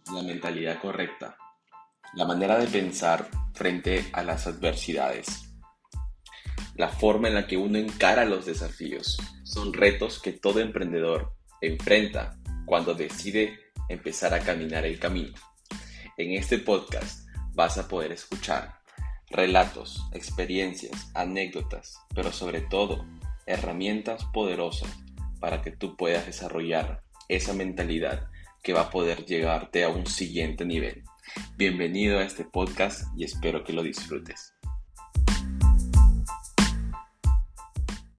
la mentalidad correcta, la manera de pensar frente a las adversidades, la forma en la que uno encara los desafíos. Son retos que todo emprendedor enfrenta cuando decide empezar a caminar el camino. En este podcast vas a poder escuchar relatos, experiencias, anécdotas, pero sobre todo herramientas poderosas para que tú puedas desarrollar esa mentalidad que va a poder llevarte a un siguiente nivel. Bienvenido a este podcast y espero que lo disfrutes.